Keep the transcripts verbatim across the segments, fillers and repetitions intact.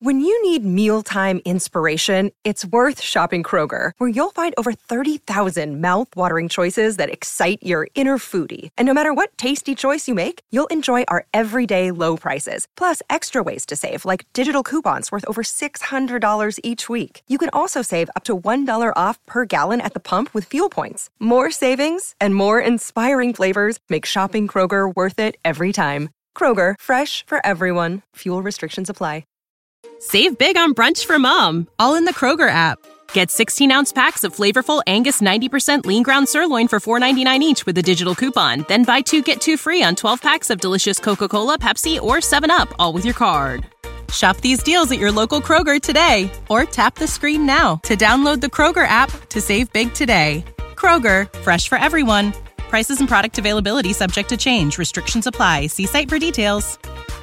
When you need mealtime inspiration, it's worth shopping Kroger, where you'll find over thirty thousand mouth-watering choices that excite your inner foodie. And no matter what tasty choice you make, you'll enjoy our everyday low prices, plus extra ways to save, like digital coupons worth over six hundred dollars each week. You can also save up to one dollar off per gallon at the pump with fuel points. More savings and more inspiring flavors make shopping Kroger worth it every time. Kroger, fresh for everyone. Fuel restrictions apply. Save big on brunch for mom, all in the Kroger app. Get sixteen-ounce packs of flavorful Angus ninety percent lean ground sirloin for four ninety-nine each with a digital coupon. Then buy two, get two free on twelve packs of delicious Coca-Cola, Pepsi, or seven up, all with your card. Shop these deals at your local Kroger today, or tap the screen now to download the Kroger app to save big today. Kroger, fresh for everyone. Prices and product availability subject to change. Restrictions apply. See site for details.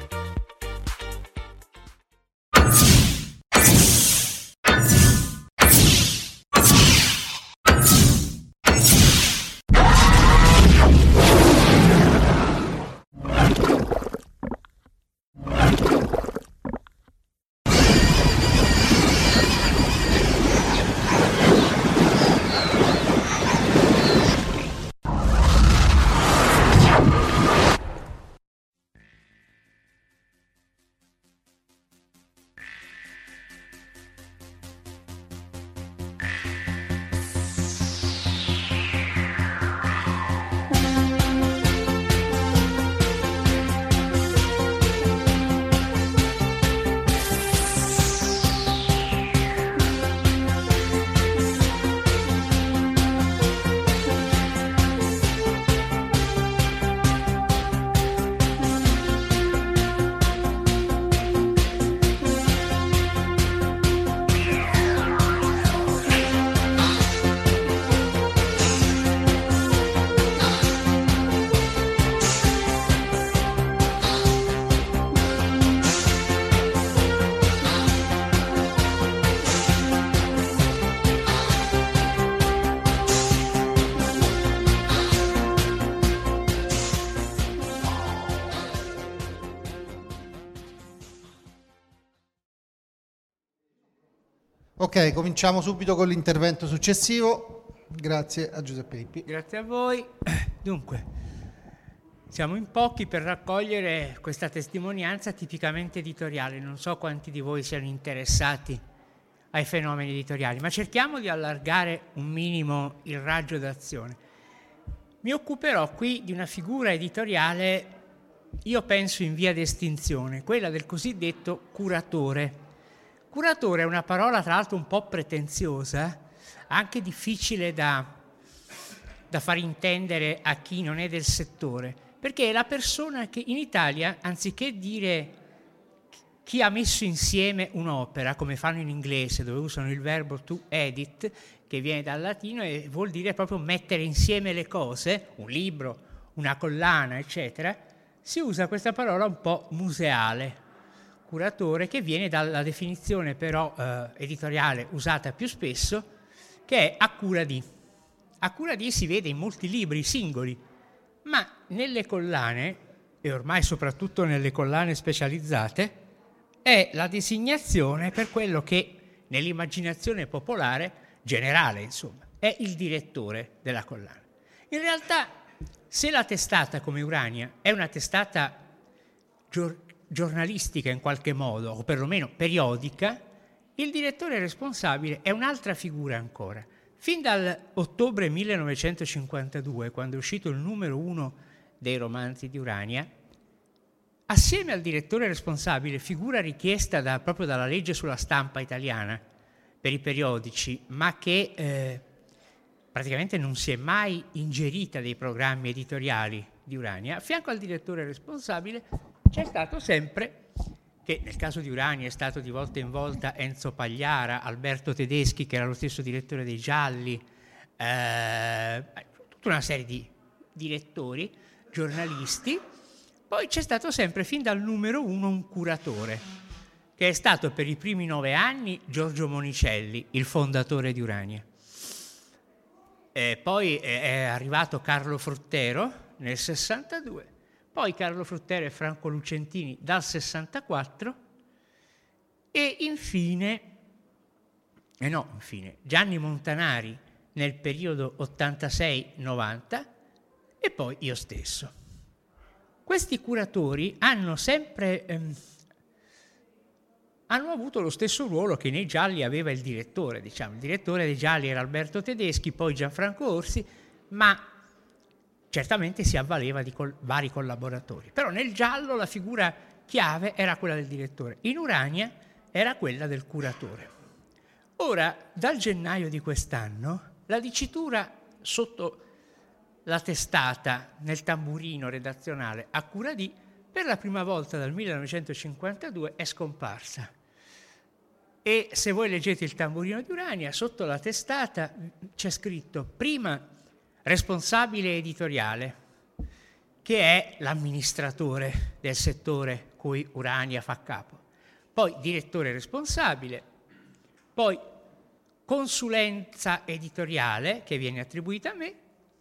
Ok, cominciamo subito con l'intervento successivo. Grazie a Giuseppe Lippi. Grazie a voi. Dunque, siamo in pochi per raccogliere questa testimonianza tipicamente editoriale. Non so quanti di voi siano interessati ai fenomeni editoriali, ma cerchiamo di allargare un minimo il raggio d'azione. Mi occuperò qui di una figura editoriale, io penso in via d'estinzione, quella del cosiddetto curatore. Curatore è una parola tra l'altro un po' pretenziosa, anche difficile da, da far intendere a chi non è del settore, perché è la persona che in Italia, anziché dire chi ha messo insieme un'opera, come fanno in inglese, dove usano il verbo to edit, che viene dal latino e vuol dire proprio mettere insieme le cose, un libro, una collana, eccetera, si usa questa parola un po' museale. Curatore, che viene dalla definizione però eh, editoriale usata più spesso, che è a cura di. A cura di si vede in molti libri singoli, ma nelle collane, e ormai soprattutto nelle collane specializzate, è la designazione per quello che nell'immaginazione popolare, generale insomma, è il direttore della collana. In realtà, se la testata come Urania è una testata gior- giornalistica in qualche modo, o perlomeno periodica, il direttore responsabile è un'altra figura ancora. Fin dall'ottobre millenovecentocinquantadue, quando è uscito il numero uno dei romanzi di Urania, assieme al direttore responsabile, figura richiesta da, proprio dalla legge sulla stampa italiana per i periodici, ma che eh, praticamente non si è mai ingerita dei programmi editoriali di Urania, a fianco al direttore responsabile c'è stato sempre, che nel caso di Urania è stato di volta in volta Enzo Pagliara, Alberto Tedeschi, che era lo stesso direttore dei Gialli, eh, tutta una serie di direttori, giornalisti. Poi c'è stato sempre, fin dal numero uno, un curatore, che è stato per i primi nove anni Giorgio Monicelli, il fondatore di Urania. E poi è arrivato Carlo Fruttero nel sessantadue, poi Carlo Fruttero e Franco Lucentini dal sessantaquattro, E infine, eh no, infine, Gianni Montanari nel periodo ottantasei novanta e poi io stesso. Questi curatori hanno sempre ehm, hanno avuto lo stesso ruolo che nei gialli aveva il direttore, diciamo. Il direttore dei gialli era Alberto Tedeschi, poi Gianfranco Orsi, ma certamente si avvaleva di col- vari collaboratori. Però nel giallo la figura chiave era quella del direttore, in Urania era quella del curatore. Ora, dal gennaio di quest'anno, la dicitura sotto la testata nel tamburino redazionale a cura di, per la prima volta dal millenovecentocinquantadue è scomparsa. E se voi leggete il tamburino di Urania, sotto la testata c'è scritto prima responsabile editoriale, che è l'amministratore del settore cui Urania fa capo, poi direttore responsabile, poi consulenza editoriale che viene attribuita a me,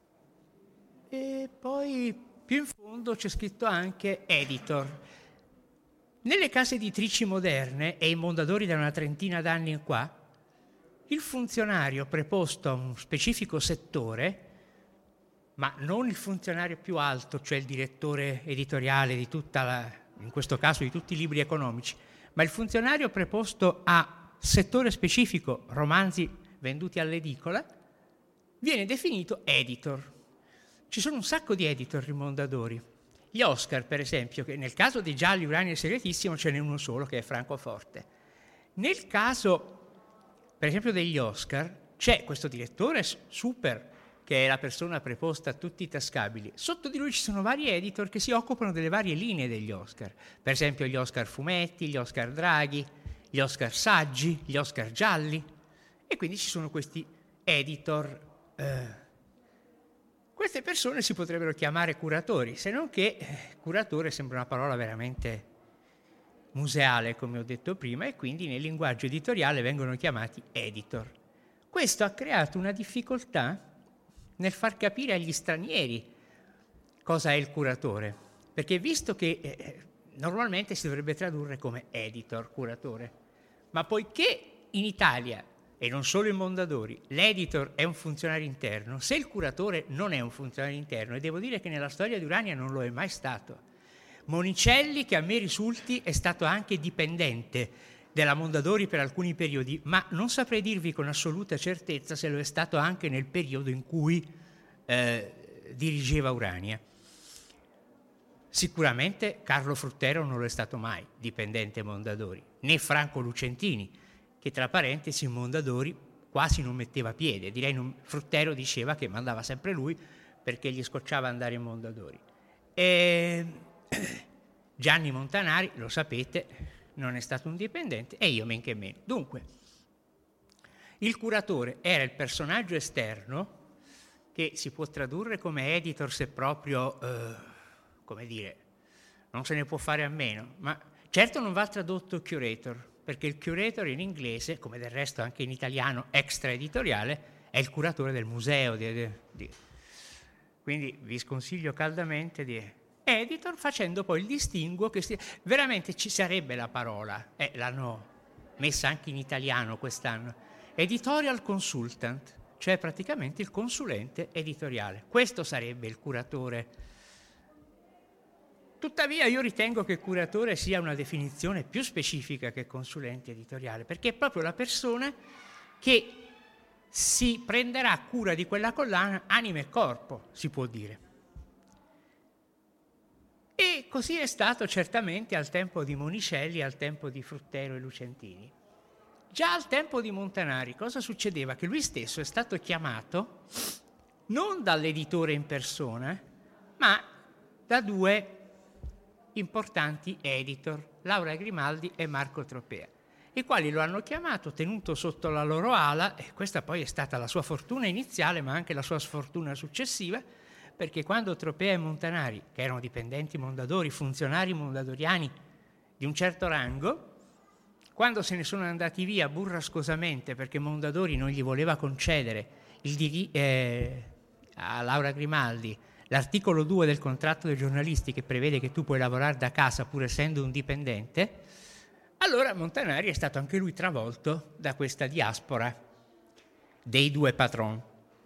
e poi più in fondo c'è scritto anche editor. Nelle case editrici moderne e in Mondadori da una trentina d'anni in qua, il funzionario preposto a un specifico settore, ma non il funzionario più alto, cioè il direttore editoriale di tutta la, in questo caso di tutti i libri economici, ma il funzionario preposto a settore specifico, romanzi venduti all'edicola, viene definito editor. Ci sono un sacco di editor in Mondadori. Gli Oscar, per esempio, che nel caso di Gialli, Urania e Segretissimo ce n'è uno solo, che è Francoforte. Nel caso, per esempio, degli Oscar, c'è questo direttore super, che è la persona preposta a tutti i tascabili. Sotto di lui ci sono vari editor che si occupano delle varie linee degli Oscar. Per esempio gli Oscar fumetti, gli Oscar draghi, gli Oscar saggi, gli Oscar gialli. E quindi ci sono questi editor. Eh. Queste persone si potrebbero chiamare curatori, se non che eh, curatore sembra una parola veramente museale, come ho detto prima, e quindi nel linguaggio editoriale vengono chiamati editor. Questo ha creato una difficoltà nel far capire agli stranieri cosa è il curatore, perché visto che eh, normalmente si dovrebbe tradurre come editor, curatore, ma poiché in Italia, e non solo in Mondadori, l'editor è un funzionario interno, se il curatore non è un funzionario interno, e devo dire che nella storia di Urania non lo è mai stato. Monicelli, che a me risulti, è stato anche dipendente della Mondadori per alcuni periodi, ma non saprei dirvi con assoluta certezza se lo è stato anche nel periodo in cui eh, dirigeva Urania. Sicuramente Carlo Fruttero non lo è stato mai dipendente Mondadori, né Franco Lucentini, che tra parentesi in Mondadori quasi non metteva piede. Direi non, Fruttero diceva che mandava sempre lui perché gli scocciava andare in Mondadori. E Gianni Montanari, lo sapete, non è stato un dipendente, e io men che meno. Dunque, il curatore era il personaggio esterno, che si può tradurre come editor se proprio, eh, come dire, non se ne può fare a meno, ma certo non va tradotto curator, perché il curator in inglese, come del resto anche in italiano extra editoriale, è il curatore del museo. Di, di, di. Quindi vi sconsiglio caldamente di editor, facendo poi il distinguo che si, veramente ci sarebbe la parola, eh, l'hanno messa anche in italiano quest'anno, editorial consultant, cioè praticamente il consulente editoriale. Questo sarebbe il curatore. Tuttavia io ritengo che curatore sia una definizione più specifica che consulente editoriale, perché è proprio la persona che si prenderà cura di quella collana anima e corpo, si può dire. E così è stato certamente al tempo di Monicelli, al tempo di Fruttero e Lucentini. Già al tempo di Montanari cosa succedeva? Che lui stesso è stato chiamato non dall'editore in persona, ma da due importanti editor, Laura Grimaldi e Marco Tropea, i quali lo hanno chiamato, tenuto sotto la loro ala, e questa poi è stata la sua fortuna iniziale, ma anche la sua sfortuna successiva, perché quando Tropea e Montanari, che erano dipendenti Mondadori, funzionari mondadoriani di un certo rango, quando se ne sono andati via burrascosamente perché Mondadori non gli voleva concedere il diri- eh, a Laura Grimaldi l'articolo due del contratto dei giornalisti, che prevede che tu puoi lavorare da casa pur essendo un dipendente, Allora Montanari è stato anche lui travolto da questa diaspora dei due patron.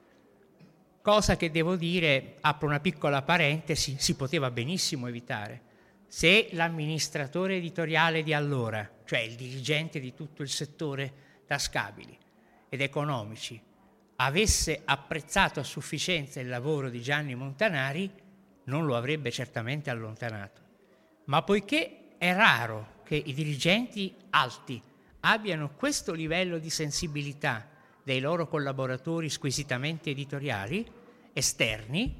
Cosa che devo dire, apro una piccola parentesi, si poteva benissimo evitare. Se l'amministratore editoriale di allora, cioè il dirigente di tutto il settore tascabili ed economici, avesse apprezzato a sufficienza il lavoro di Gianni Montanari, non lo avrebbe certamente allontanato. Ma poiché è raro che i dirigenti alti abbiano questo livello di sensibilità dei loro collaboratori squisitamente editoriali, esterni,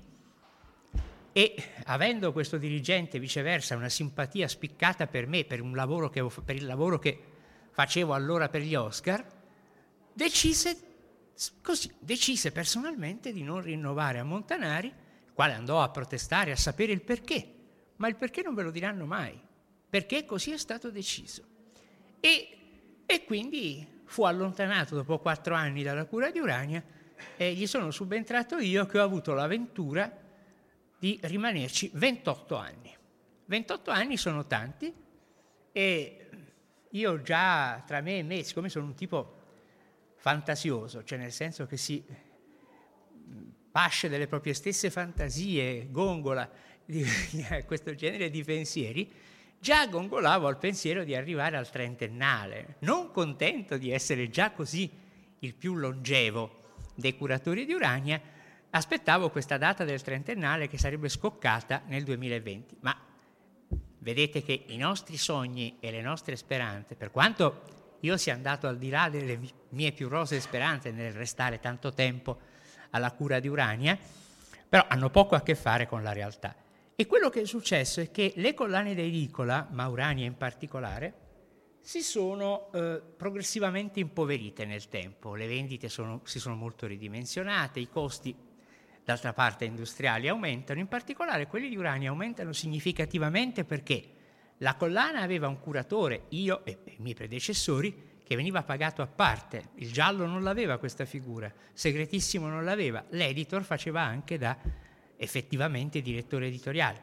e avendo questo dirigente viceversa una simpatia spiccata per me, per, un lavoro che, per il lavoro che facevo allora per gli Oscar, decise, così, decise personalmente di non rinnovare a Montanari, il quale andò a protestare, a sapere il perché, ma il perché non ve lo diranno mai, perché così è stato deciso. E, e quindi fu allontanato dopo quattro anni dalla cura di Urania e gli sono subentrato io, che ho avuto l'avventura di rimanerci ventotto anni. ventotto anni sono tanti e io già tra me e me, siccome sono un tipo fantasioso, cioè nel senso che si pasce delle proprie stesse fantasie, gongola di questo genere di pensieri, già gongolavo al pensiero di arrivare al trentennale, non contento di essere già così il più longevo dei curatori di Urania, aspettavo questa data del trentennale che sarebbe scoccata nel duemilaventi. Ma vedete che i nostri sogni e le nostre speranze, per quanto io sia andato al di là delle mie più rosee speranze nel restare tanto tempo alla cura di Urania, però hanno poco a che fare con la realtà. E quello che è successo è che le collane d'edicola, ma Urania in particolare, si sono eh, progressivamente impoverite nel tempo. Le vendite sono, si sono molto ridimensionate, i costi, d'altra parte, industriali aumentano, in particolare quelli di Urania aumentano significativamente perché la collana aveva un curatore, io e i miei predecessori, che veniva pagato a parte. Il Giallo non l'aveva questa figura, Segretissimo non l'aveva, l'editor faceva anche da effettivamente direttore editoriale.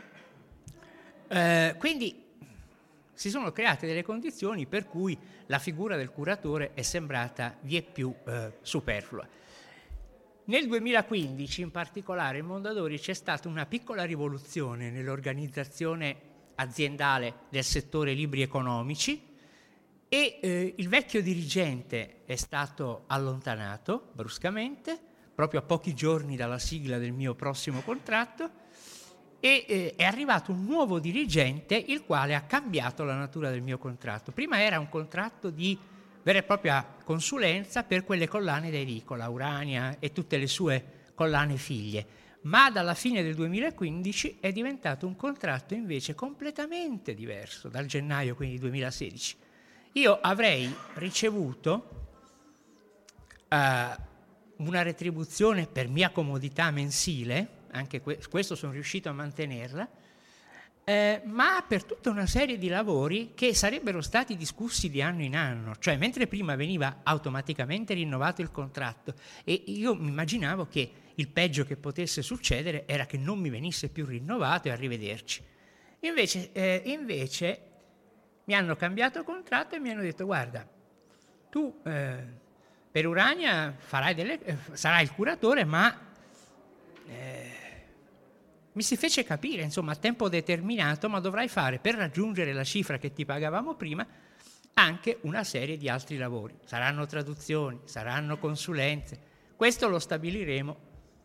Eh, quindi si sono create delle condizioni per cui la figura del curatore è sembrata vieppiù eh, superflua. Nel duemilaquindici in particolare in Mondadori c'è stata una piccola rivoluzione nell'organizzazione aziendale del settore libri economici e eh, il vecchio dirigente è stato allontanato bruscamente, proprio a pochi giorni dalla sigla del mio prossimo contratto, e eh, è arrivato un nuovo dirigente il quale ha cambiato la natura del mio contratto. Prima era un contratto di vera e propria consulenza per quelle collane d'edicola, Urania e tutte le sue collane figlie, ma dalla fine del duemilaquindici è diventato un contratto invece completamente diverso, dal gennaio quindi duemilasedici. Io avrei ricevuto uh, una retribuzione per mia comodità mensile, anche que- questo sono riuscito a mantenerla, eh, ma per tutta una serie di lavori che sarebbero stati discussi di anno in anno, cioè mentre prima veniva automaticamente rinnovato il contratto e io mi immaginavo che il peggio che potesse succedere era che non mi venisse più rinnovato e arrivederci. Invece, eh, invece mi hanno cambiato contratto e mi hanno detto: guarda, tu eh, per Urania farai delle, eh, sarai il curatore, ma eh, mi si fece capire, insomma, a tempo determinato, ma dovrai fare per raggiungere la cifra che ti pagavamo prima anche una serie di altri lavori. Saranno traduzioni, saranno consulenze, questo lo stabiliremo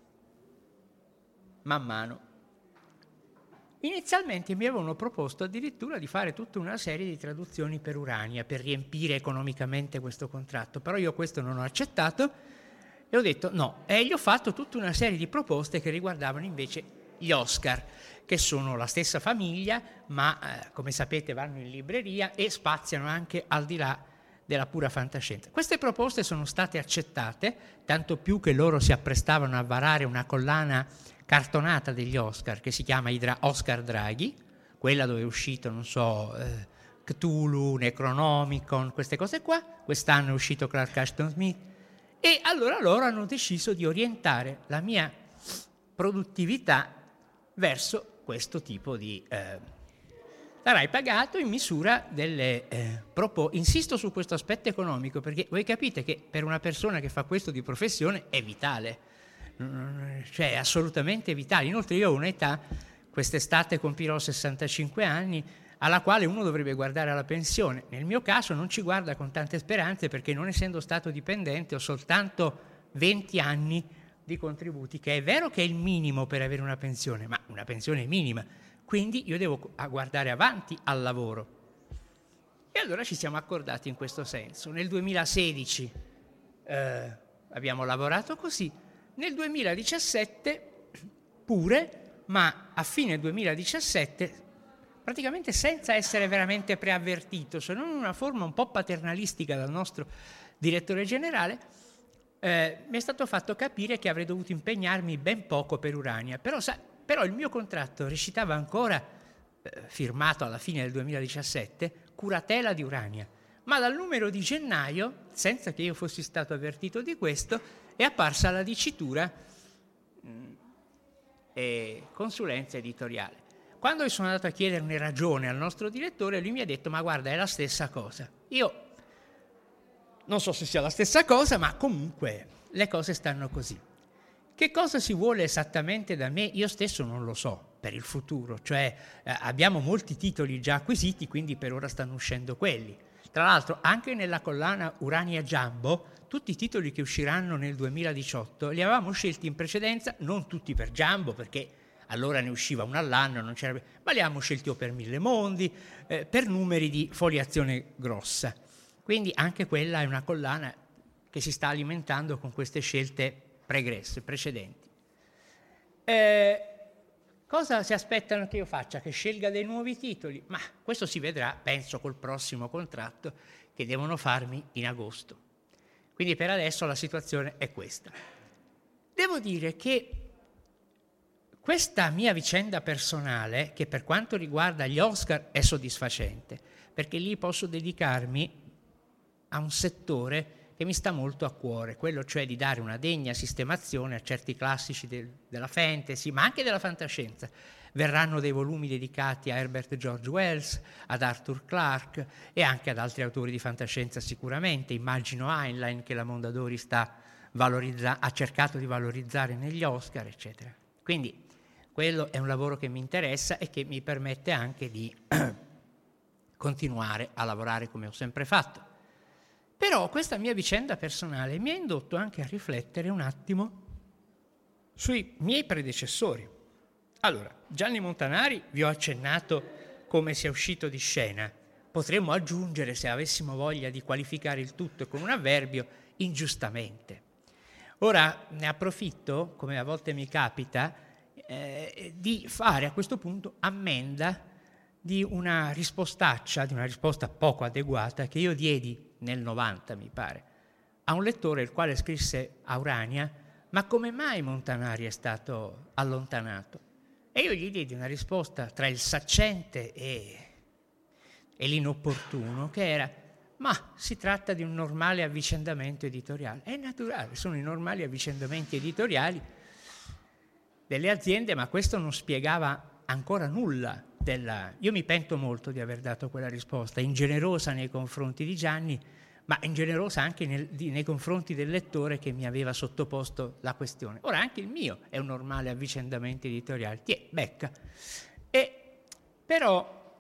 man mano. Inizialmente mi avevano proposto addirittura di fare tutta una serie di traduzioni per Urania per riempire economicamente questo contratto, però io questo non ho accettato e ho detto no, e gli ho fatto tutta una serie di proposte che riguardavano invece gli Oscar, che sono la stessa famiglia, ma eh, come sapete vanno in libreria e spaziano anche al di là della pura fantascienza. Queste proposte sono state accettate, tanto più che loro si apprestavano a varare una collana cartonata degli Oscar che si chiama Idra- Oscar Draghi, quella dove è uscito, non so, eh, Cthulhu, Necronomicon, queste cose qua. Quest'anno è uscito Clark Ashton Smith e allora loro hanno deciso di orientare la mia produttività verso questo tipo di, eh, sarai pagato in misura delle eh, propo- insisto su questo aspetto economico, perché voi capite che per una persona che fa questo di professione è vitale, cioè è assolutamente vitale. Inoltre io ho un'età, quest'estate compirò sessantacinque anni, alla quale uno dovrebbe guardare alla pensione. Nel mio caso non ci guarda con tante speranze, perché non essendo stato dipendente ho soltanto venti anni di contributi, che è vero che è il minimo per avere una pensione, ma una pensione minima, quindi io devo guardare avanti al lavoro. E allora ci siamo accordati in questo senso. Nel duemilasedici eh, abbiamo lavorato così, nel duemiladiciassette pure, ma a fine duemiladiciassette, praticamente senza essere veramente preavvertito, se non in una forma un po' paternalistica dal nostro direttore generale, eh, mi è stato fatto capire che avrei dovuto impegnarmi ben poco per Urania. Però, sa, però il mio contratto recitava ancora, eh, firmato alla fine del duemiladiciassette, curatela di Urania. Ma dal numero di gennaio, senza che io fossi stato avvertito di questo, è apparsa la dicitura mh, e consulenza editoriale. Quando io sono andato a chiedere una ragione al nostro direttore, lui mi ha detto: ma guarda, è la stessa cosa. Io non so se sia la stessa cosa, ma comunque le cose stanno così. Che cosa si vuole esattamente da me? Io stesso non lo so per il futuro, cioè eh, abbiamo molti titoli già acquisiti, quindi per ora stanno uscendo quelli. Tra l'altro anche nella collana Urania Jumbo, tutti i titoli che usciranno nel duemiladiciotto li avevamo scelti in precedenza, non tutti per Jumbo, perché allora ne usciva uno all'anno, non c'era, ma li abbiamo scelti o per Mille Mondi, eh, per numeri di foliazione grossa. Quindi anche quella è una collana che si sta alimentando con queste scelte pregresse, precedenti. Eh, cosa si aspettano che io faccia? Che scelga dei nuovi titoli? Ma questo si vedrà, penso, col prossimo contratto che devono farmi in agosto. Quindi per adesso la situazione è questa. Devo dire che questa mia vicenda personale, che per quanto riguarda gli Oscar è soddisfacente, perché lì posso dedicarmi a un settore che mi sta molto a cuore, quello cioè di dare una degna sistemazione a certi classici del, della fantasy, ma anche della fantascienza. Verranno dei volumi dedicati a Herbert George Wells, ad Arthur Clarke e anche ad altri autori di fantascienza sicuramente. Immagino Heinlein, che la Mondadori sta valorizza- ha cercato di valorizzare negli Oscar, eccetera. Quindi quello è un lavoro che mi interessa e che mi permette anche di continuare a lavorare come ho sempre fatto. Però questa mia vicenda personale mi ha indotto anche a riflettere un attimo sui miei predecessori. Allora, Gianni Montanari vi ho accennato come sia uscito di scena. Potremmo aggiungere, se avessimo voglia di qualificare il tutto con un avverbio, ingiustamente. Ora ne approfitto, come a volte mi capita, eh, di fare a questo punto ammenda di una rispostaccia, di una risposta poco adeguata che io diedi nel novanta, mi pare, a un lettore il quale scrisse a Urania: ma come mai Montanari è stato allontanato? E io gli diedi una risposta tra il saccente e, e l'inopportuno, che era: ma si tratta di un normale avvicendamento editoriale. È naturale, sono i normali avvicendamenti editoriali delle aziende, ma questo non spiegava ancora nulla della... Io mi pento molto di aver dato quella risposta, ingenerosa nei confronti di Gianni, ma ingenerosa anche nel, di, nei confronti del lettore che mi aveva sottoposto la questione. Ora anche il mio è un normale avvicendamento editoriale, tiè, becca. E però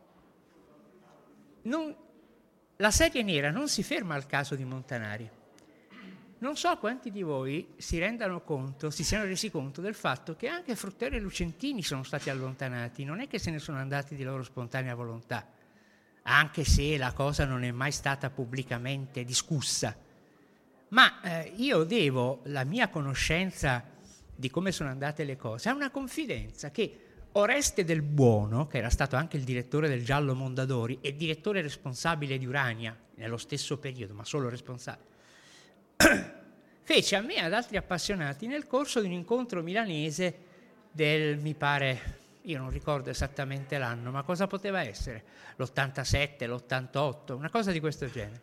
non, la serie nera non si ferma al caso di Montanari. Non so quanti di voi si rendano conto, si siano resi conto del fatto che anche Fruttero e Lucentini sono stati allontanati, non è che se ne sono andati di loro spontanea volontà, anche se la cosa non è mai stata pubblicamente discussa. Ma eh, io devo la mia conoscenza di come sono andate le cose a una confidenza che Oreste Del Buono, che era stato anche il direttore del Giallo Mondadori e direttore responsabile di Urania nello stesso periodo, ma solo responsabile, fece a me e ad altri appassionati nel corso di un incontro milanese del, mi pare, io non ricordo esattamente l'anno, ma cosa poteva essere? l'ottantasette, l'ottantotto, una cosa di questo genere.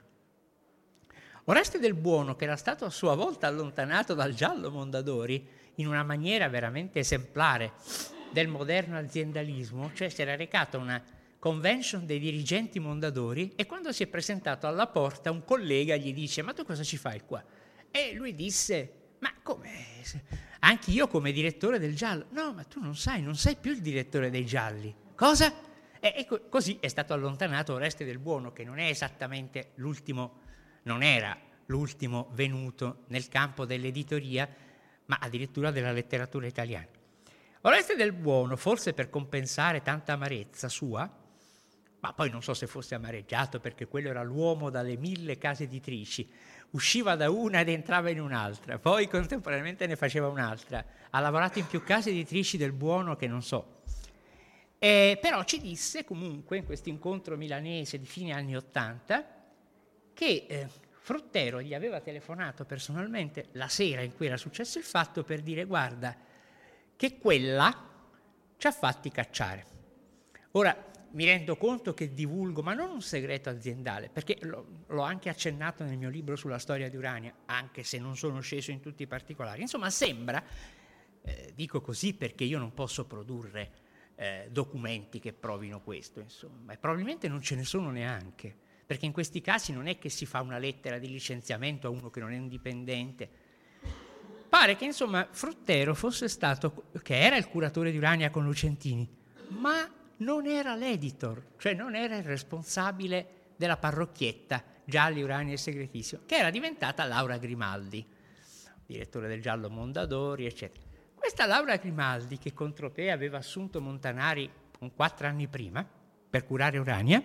Oreste Del Buono, che era stato a sua volta allontanato dal Giallo Mondadori in una maniera veramente esemplare del moderno aziendalismo, cioè si era recato a una convention dei dirigenti Mondadori, e quando si è presentato alla porta un collega gli dice: ma tu cosa ci fai qua? E lui disse: ma come? Anche io come direttore del Giallo. No, ma tu non sai, non sei più il direttore dei Gialli. Cosa? E, e co- così è stato allontanato Oreste Del Buono, che non è esattamente l'ultimo, non era l'ultimo venuto nel campo dell'editoria, ma addirittura della letteratura italiana. Oreste Del Buono, forse per compensare tanta amarezza sua, ma poi non so se fosse amareggiato, perché quello era l'uomo dalle mille case editrici, usciva da una ed entrava in un'altra, poi contemporaneamente ne faceva un'altra, ha lavorato in più case editrici Del Buono che non so. Eh, però ci disse comunque in questo incontro milanese di fine anni Ottanta che eh, Fruttero gli aveva telefonato personalmente la sera in cui era successo il fatto per dire: guarda, che quella ci ha fatti cacciare. Ora, mi rendo conto che divulgo, ma non un segreto aziendale, perché l'ho, l'ho anche accennato nel mio libro sulla storia di Urania, anche se non sono sceso in tutti i particolari. Insomma, sembra, eh, dico così perché io non posso produrre eh, documenti che provino questo, insomma, e probabilmente non ce ne sono neanche, perché in questi casi non è che si fa una lettera di licenziamento a uno che non è un dipendente. Pare che, insomma, Fruttero fosse stato, che era il curatore di Urania con Lucentini, ma non era l'editor, cioè non era il responsabile della parrocchietta Gialli, Urania e Segretissimo, che era diventata Laura Grimaldi, direttore del Giallo Mondadori, eccetera. Questa Laura Grimaldi, che con Tropea aveva assunto Montanari un quattro anni prima per curare Urania,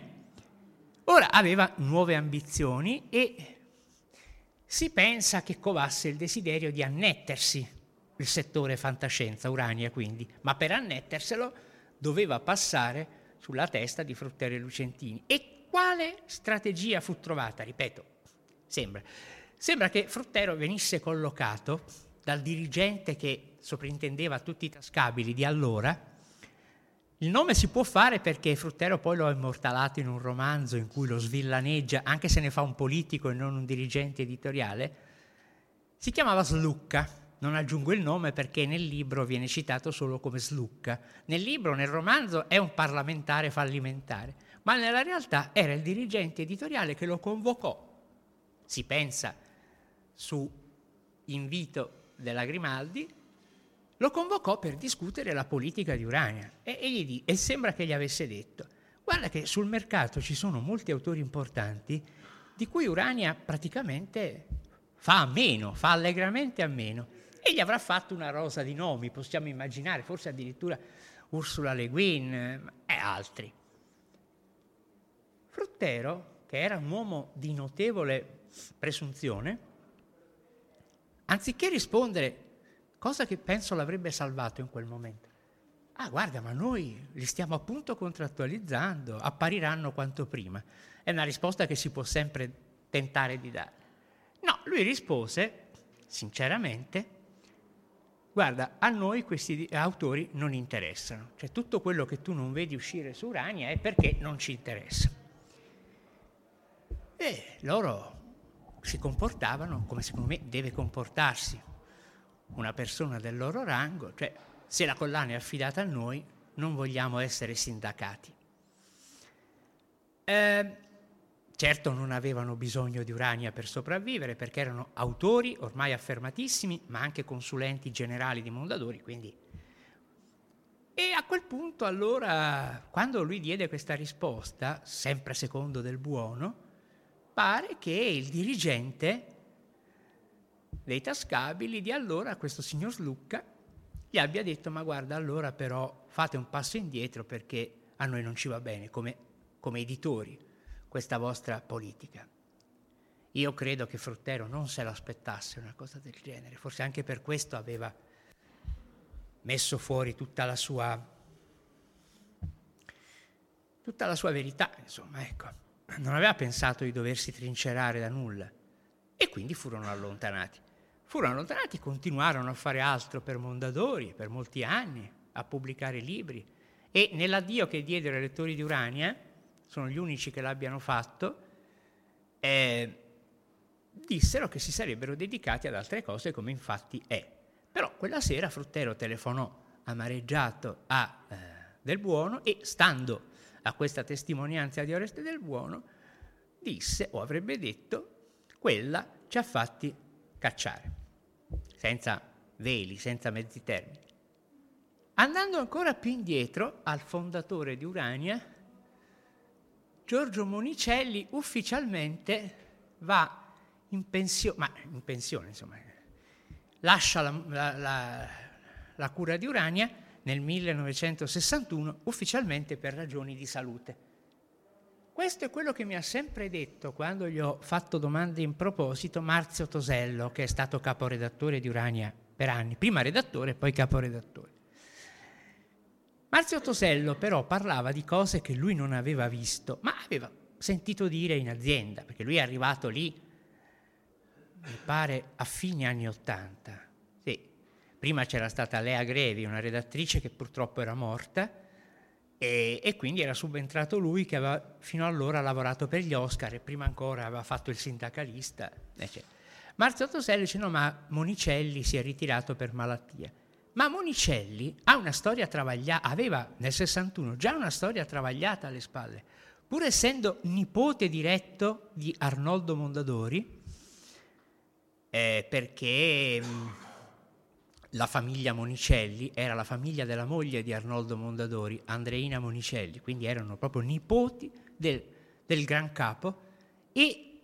ora aveva nuove ambizioni e si pensa che covasse il desiderio di annettersi il settore fantascienza, Urania quindi, ma per annetterselo doveva passare sulla testa di Fruttero e Lucentini. E quale strategia fu trovata? Ripeto, sembra, sembra che Fruttero venisse collocato dal dirigente che sovrintendeva tutti i tascabili di allora. Il nome si può fare perché Fruttero poi lo ha immortalato in un romanzo in cui lo svillaneggia, anche se ne fa un politico e non un dirigente editoriale. Si chiamava Slucca. Non aggiungo il nome perché nel libro viene citato solo come Slucca. Nel libro, nel romanzo, è un parlamentare fallimentare, ma nella realtà era il dirigente editoriale che lo convocò, si pensa su invito della Grimaldi, lo convocò per discutere la politica di Urania e, e, gli, e sembra che gli avesse detto: guarda che sul mercato ci sono molti autori importanti di cui Urania praticamente fa a meno, fa allegramente a meno. E gli avrà fatto una rosa di nomi, possiamo immaginare, forse addirittura Ursula Le Guin e altri. Fruttero, che era un uomo di notevole presunzione, anziché rispondere, cosa che penso l'avrebbe salvato in quel momento: ah, guarda, ma noi li stiamo appunto contrattualizzando, appariranno quanto prima. È una risposta che si può sempre tentare di dare. No, lui rispose, sinceramente: guarda, a noi questi autori non interessano, cioè tutto quello che tu non vedi uscire su Urania è perché non ci interessa. E loro si comportavano come secondo me deve comportarsi una persona del loro rango, cioè se la collana è affidata a noi non vogliamo essere sindacati. Eh, Certo non avevano bisogno di Urania per sopravvivere, perché erano autori ormai affermatissimi, ma anche consulenti generali di Mondadori, quindi. E a quel punto allora, quando lui diede questa risposta, sempre secondo Del Buono, pare che il dirigente dei tascabili di allora, questo signor Slucca, gli abbia detto: ma guarda, allora però fate un passo indietro perché a noi non ci va bene come, come editori questa vostra politica. Io credo che Fruttero non se l'aspettasse una cosa del genere, forse anche per questo aveva messo fuori tutta la sua tutta la sua verità, insomma, ecco. Non aveva pensato di doversi trincerare da nulla e quindi furono allontanati. Furono allontanati, continuarono a fare altro per Mondadori per molti anni, a pubblicare libri, e nell'addio che diedero ai lettori di Urania, sono gli unici che l'abbiano fatto, eh, dissero che si sarebbero dedicati ad altre cose, come infatti è. Però quella sera Fruttero telefonò amareggiato a eh, Del Buono e, stando a questa testimonianza di Oreste del Buono, disse o avrebbe detto: quella ci ha fatti cacciare, senza veli, senza mezzi termini. Andando ancora più indietro, al fondatore di Urania, Giorgio Monicelli ufficialmente va in pensione, ma in pensione insomma, lascia la, la, la, la cura di Urania nel millenovecentosessantuno ufficialmente per ragioni di salute. Questo è quello che mi ha sempre detto, quando gli ho fatto domande in proposito, Marzio Tosello, che è stato caporedattore di Urania per anni, prima redattore e poi caporedattore. Marzio Tosello però parlava di cose che lui non aveva visto, ma aveva sentito dire in azienda, perché lui è arrivato lì, mi pare, a fine anni Ottanta. Sì. Prima c'era stata Lea Grevi, una redattrice che purtroppo era morta, e, e quindi era subentrato lui, che aveva fino allora lavorato per gli Oscar e prima ancora aveva fatto il sindacalista, eccetera. Marzio Tosello dice: no, ma Monicelli si è ritirato per malattia. Ma Monicelli ha una storia travagliata, aveva nel sessantuno già una storia travagliata alle spalle, pur essendo nipote diretto di Arnoldo Mondadori, eh, perché mh, la famiglia Monicelli era la famiglia della moglie di Arnoldo Mondadori, Andreina Monicelli, quindi erano proprio nipoti del, del gran capo, e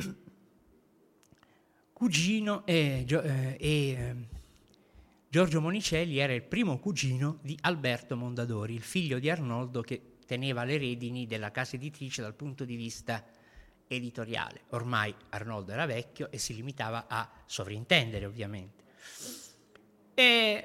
cugino e... Eh, eh, Giorgio Monicelli era il primo cugino di Alberto Mondadori, il figlio di Arnoldo, che teneva le redini della casa editrice dal punto di vista editoriale. Ormai Arnoldo era vecchio e si limitava a sovrintendere, ovviamente. E,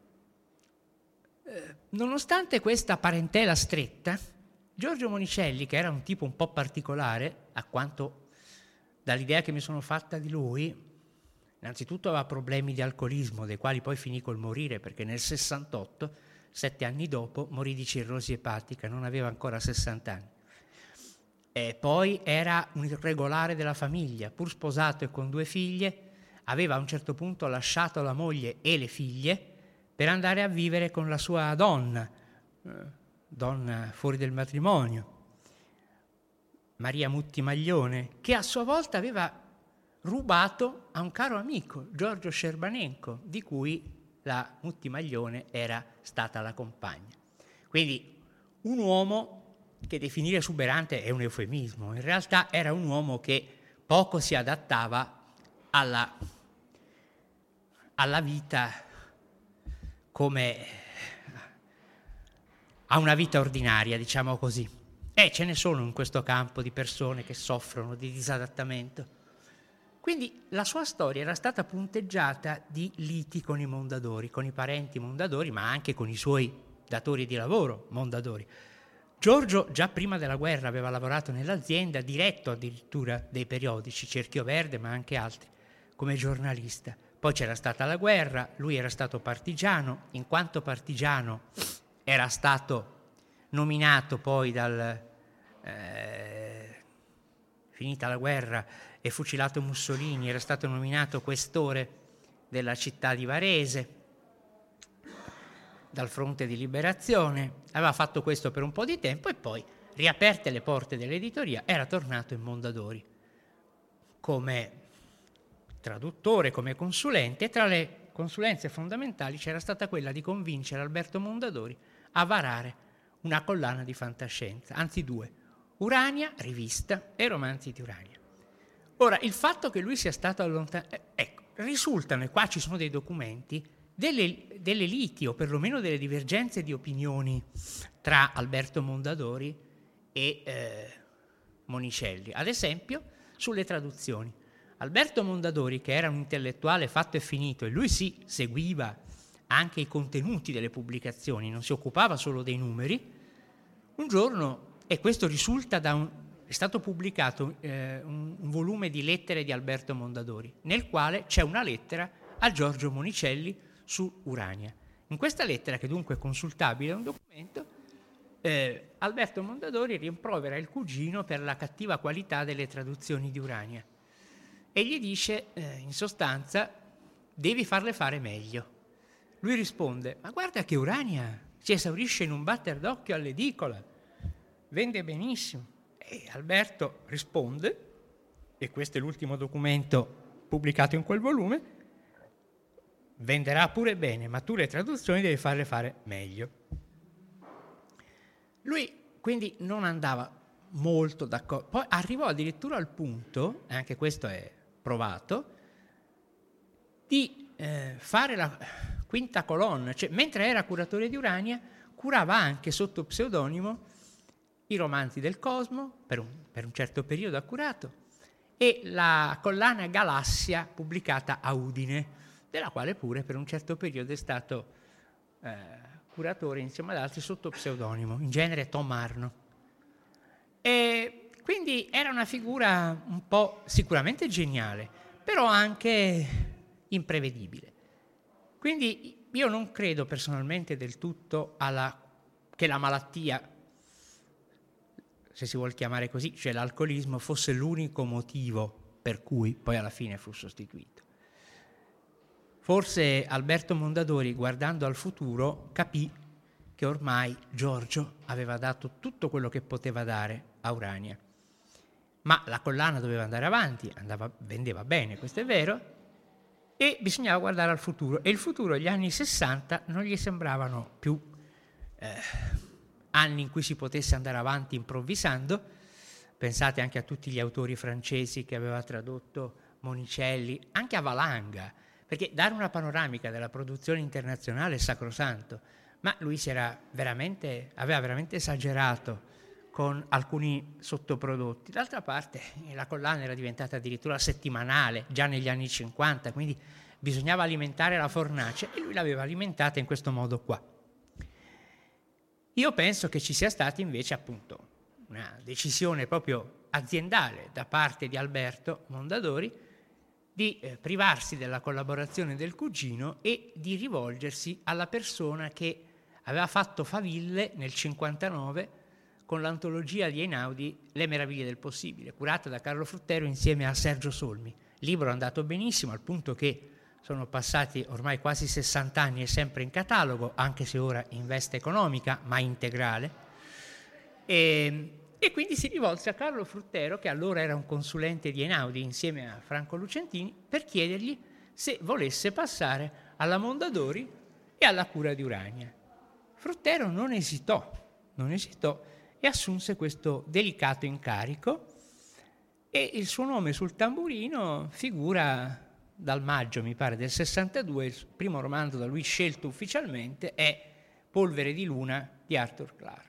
eh, nonostante questa parentela stretta, Giorgio Monicelli, che era un tipo un po' particolare, a quanto dall'idea che mi sono fatta di lui, innanzitutto aveva problemi di alcolismo, dei quali poi finì col morire, perché nel sessantotto, sette anni dopo, morì di cirrosi epatica, non aveva ancora sessanta anni. E poi era un irregolare della famiglia, pur sposato e con due figlie, aveva a un certo punto lasciato la moglie e le figlie per andare a vivere con la sua donna, donna fuori del matrimonio, Maria Mutti Maglione, che a sua volta aveva rubato a un caro amico, Giorgio Scerbanenko, di cui la Mutti Maglione era stata la compagna. Quindi un uomo che definire esuberante è un eufemismo, in realtà era un uomo che poco si adattava alla, alla vita come a una vita ordinaria, diciamo così. E ce ne sono in questo campo di persone che soffrono di disadattamento. Quindi la sua storia era stata punteggiata di liti con i Mondadori, con i parenti Mondadori, ma anche con i suoi datori di lavoro Mondadori. Giorgio già prima della guerra aveva lavorato nell'azienda, diretto addirittura dei periodici, Cerchio Verde, ma anche altri, come giornalista. Poi c'era stata la guerra, lui era stato partigiano, in quanto partigiano era stato nominato poi dal... Eh, finita la guerra e fucilato Mussolini, era stato nominato questore della città di Varese dal Fronte di Liberazione, aveva fatto questo per un po' di tempo e poi, riaperte le porte dell'editoria, era tornato in Mondadori come traduttore, come consulente, e tra le consulenze fondamentali c'era stata quella di convincere Alberto Mondadori a varare una collana di fantascienza, anzi due, Urania, rivista, e Romanzi di Urania. Ora, il fatto che lui sia stato allontanato, ecco, risultano, e qua ci sono dei documenti, delle, delle liti o perlomeno delle divergenze di opinioni tra Alberto Mondadori e eh, Monicelli. Ad esempio, sulle traduzioni. Alberto Mondadori, che era un intellettuale fatto e finito, e lui sì, seguiva anche i contenuti delle pubblicazioni, non si occupava solo dei numeri, un giorno, e questo risulta da un... è stato pubblicato eh, un, un volume di lettere di Alberto Mondadori, nel quale c'è una lettera a Giorgio Monicelli su Urania. In questa lettera, che dunque è consultabile, è un documento, eh, Alberto Mondadori rimprovera il cugino per la cattiva qualità delle traduzioni di Urania e gli dice, eh, in sostanza, devi farle fare meglio. Lui risponde, ma guarda che Urania si esaurisce in un batter d'occhio all'edicola. vende benissimo. E Alberto risponde, e questo è l'ultimo documento pubblicato in quel volume: venderà pure bene, ma tu le traduzioni devi farle fare meglio. Lui quindi non andava molto d'accordo, poi arrivò addirittura al punto, e anche questo è provato, di eh, fare la quinta colonna, cioè mentre era curatore di Urania curava anche sotto pseudonimo i romanzi del Cosmo, per un, per un certo periodo ha curato, e la collana Galassia pubblicata a Udine, della quale pure per un certo periodo è stato eh, curatore insieme ad altri sotto pseudonimo, in genere Tom Arno. E quindi era una figura un po' sicuramente geniale, però anche imprevedibile. Quindi io non credo personalmente del tutto alla, che la malattia, se si vuol chiamare così, cioè l'alcolismo, fosse l'unico motivo per cui poi alla fine fu sostituito. Forse Alberto Mondadori, guardando al futuro, capì che ormai Giorgio aveva dato tutto quello che poteva dare a Urania. Ma la collana doveva andare avanti, andava, vendeva bene, questo è vero, e bisognava guardare al futuro. E il futuro, gli anni sessanta, non gli sembravano più eh, anni in cui si potesse andare avanti improvvisando. Pensate anche a tutti gli autori francesi che aveva tradotto Monicelli, anche a Valanga, perché dare una panoramica della produzione internazionale è sacrosanto, ma lui si era veramente, aveva veramente esagerato con alcuni sottoprodotti. D'altra parte la collana era diventata addirittura settimanale già negli anni cinquanta, quindi bisognava alimentare la fornace e lui l'aveva alimentata in questo modo qua. Io penso che ci sia stata invece appunto una decisione proprio aziendale da parte di Alberto Mondadori di eh, privarsi della collaborazione del cugino e di rivolgersi alla persona che aveva fatto faville nel cinquantanove con l'antologia di Einaudi Le meraviglie del possibile, curata da Carlo Fruttero insieme a Sergio Solmi. Il libro è andato benissimo, al punto che sono passati ormai quasi sessanta anni e sempre in catalogo, anche se ora in veste economica, ma integrale. E, e quindi si rivolse a Carlo Fruttero, che allora era un consulente di Einaudi insieme a Franco Lucentini, per chiedergli se volesse passare alla Mondadori e alla cura di Urania. Fruttero non esitò, non esitò e assunse questo delicato incarico, e il suo nome sul tamburino figura dal maggio, mi pare, del sessantadue. Il primo romanzo da lui scelto ufficialmente è Polvere di luna di Arthur Clarke.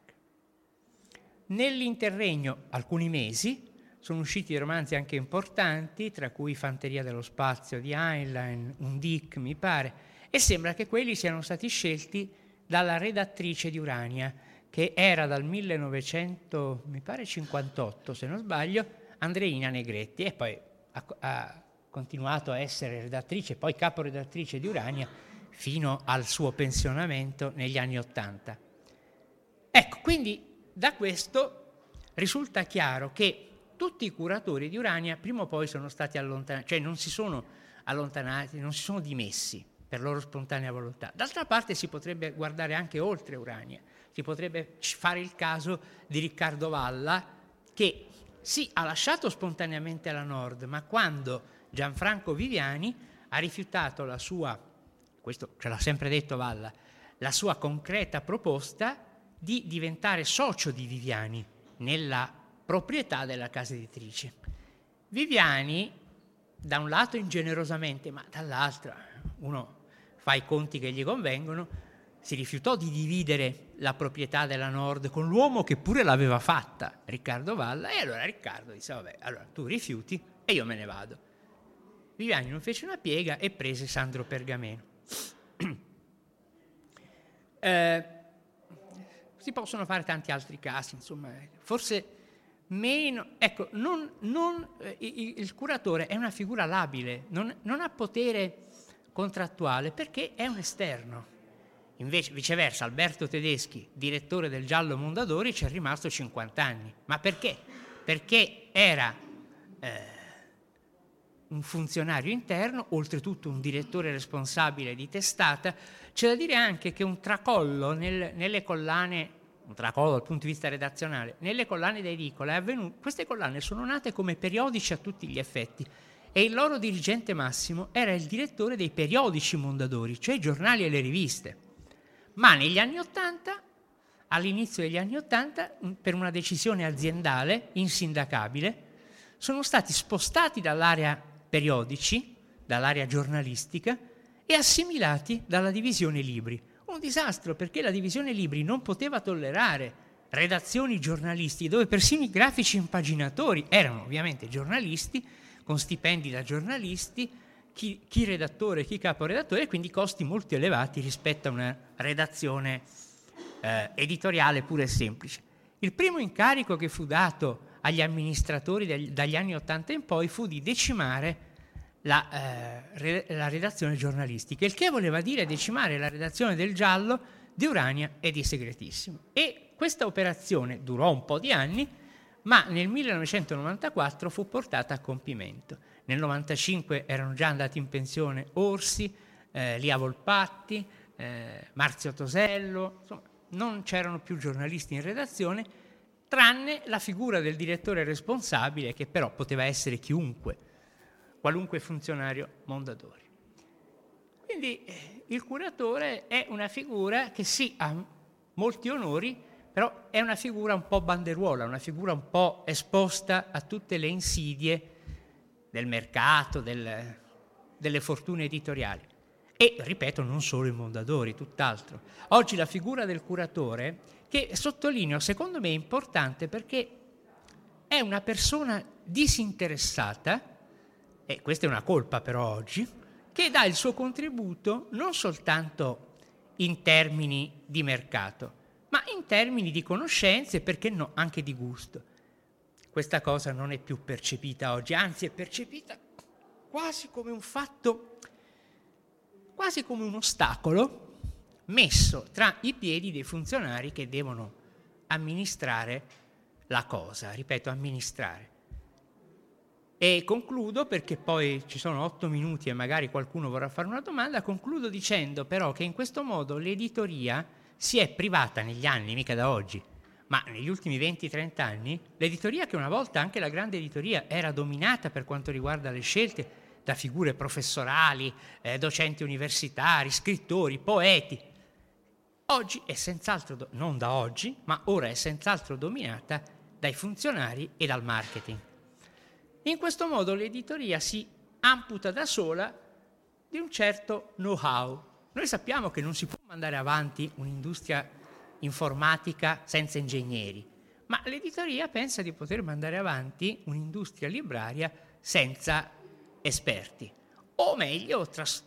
Nell'interregno, alcuni mesi, sono usciti romanzi anche importanti, tra cui Fanteria dello spazio di Heinlein, Un Dick, mi pare, e sembra che quelli siano stati scelti dalla redattrice di Urania, che era dal millenovecento, mi pare cinquantotto, se non sbaglio, Andreina Negretti, e poi ha, ha continuato a essere redattrice, poi caporedattrice di Urania, fino al suo pensionamento negli anni Ottanta. Ecco, quindi da questo risulta chiaro che tutti i curatori di Urania prima o poi sono stati allontanati, cioè non si sono allontanati, non si sono dimessi per loro spontanea volontà. D'altra parte si potrebbe guardare anche oltre Urania, si potrebbe fare il caso di Riccardo Valla, che sì, ha lasciato spontaneamente la Nord, ma quando Gianfranco Viviani ha rifiutato la sua, questo ce l'ha sempre detto Valla, la sua concreta proposta di diventare socio di Viviani nella proprietà della casa editrice. Viviani, da un lato ingenerosamente, ma dall'altro uno fa i conti che gli convengono, si rifiutò di dividere la proprietà della Nord con l'uomo che pure l'aveva fatta, Riccardo Valla, e allora Riccardo disse: vabbè, allora tu rifiuti e io me ne vado. Viviani non fece una piega e prese Sandro Pergameno. eh, si possono fare tanti altri casi, insomma, forse meno, ecco, non, non, eh, il, il curatore è una figura labile, non, non ha potere contrattuale perché è un esterno. Invece, viceversa, Alberto Tedeschi, direttore del Giallo Mondadori, ci è rimasto cinquanta anni. Ma perché? Perché era eh, un funzionario interno, oltretutto un direttore responsabile di testata. C'è da dire anche che un tracollo nel, nelle collane un tracollo dal punto di vista redazionale, nelle collane da edicola è avvenuto, queste collane sono nate come periodici a tutti gli effetti e il loro dirigente massimo era il direttore dei periodici Mondadori, cioè i giornali e le riviste. Ma negli anni Ottanta, all'inizio degli anni Ottanta, per una decisione aziendale insindacabile, sono stati spostati dall'area periodici, dall'area giornalistica e assimilati dalla divisione libri. Un disastro, perché la divisione libri non poteva tollerare redazioni giornalisti dove persino i grafici impaginatori erano ovviamente giornalisti con stipendi da giornalisti, chi, chi redattore, chi caporedattore, e quindi costi molto elevati rispetto a una redazione eh, editoriale pura e semplice. Il primo incarico che fu dato agli amministratori degli, dagli anni Ottanta in poi fu di decimare La, eh, re, la redazione giornalistica, il che voleva dire decimare la redazione del Giallo, di Urania e di Segretissimo. E questa operazione durò un po' di anni, ma nel millenovecentonovantaquattro fu portata a compimento. Nel novantacinque erano già andati in pensione Orsi, eh, Lia Volpatti, eh, Marzio Tosello, insomma non c'erano più giornalisti in redazione, tranne la figura del direttore responsabile, che però poteva essere chiunque, qualunque funzionario Mondadori. Quindi eh, il curatore è una figura che sì, ha molti onori, però è una figura un po' banderuola, una figura un po' esposta a tutte le insidie del mercato, del, delle fortune editoriali. E, ripeto, non solo il Mondadori, tutt'altro. Oggi la figura del curatore, che sottolineo, secondo me è importante perché è una persona disinteressata, e questa è una colpa però oggi, che dà il suo contributo non soltanto in termini di mercato, ma in termini di conoscenze, perché no, anche di gusto. Questa cosa non è più percepita oggi, anzi è percepita quasi come un fatto, quasi come un ostacolo messo tra i piedi dei funzionari che devono amministrare la cosa, ripeto, amministrare. E concludo, perché poi ci sono otto minuti e magari qualcuno vorrà fare una domanda, concludo dicendo però che in questo modo l'editoria si è privata negli anni, mica da oggi, ma negli ultimi venti trenta anni, l'editoria, che una volta anche la grande editoria era dominata per quanto riguarda le scelte da figure professorali, eh, docenti universitari, scrittori, poeti, oggi è senz'altro, do- non da oggi, ma ora è senz'altro dominata dai funzionari e dal marketing. In questo modo l'editoria si amputa da sola di un certo know-how. Noi sappiamo che non si può mandare avanti un'industria informatica senza ingegneri, ma l'editoria pensa di poter mandare avanti un'industria libraria senza esperti, o meglio, tras-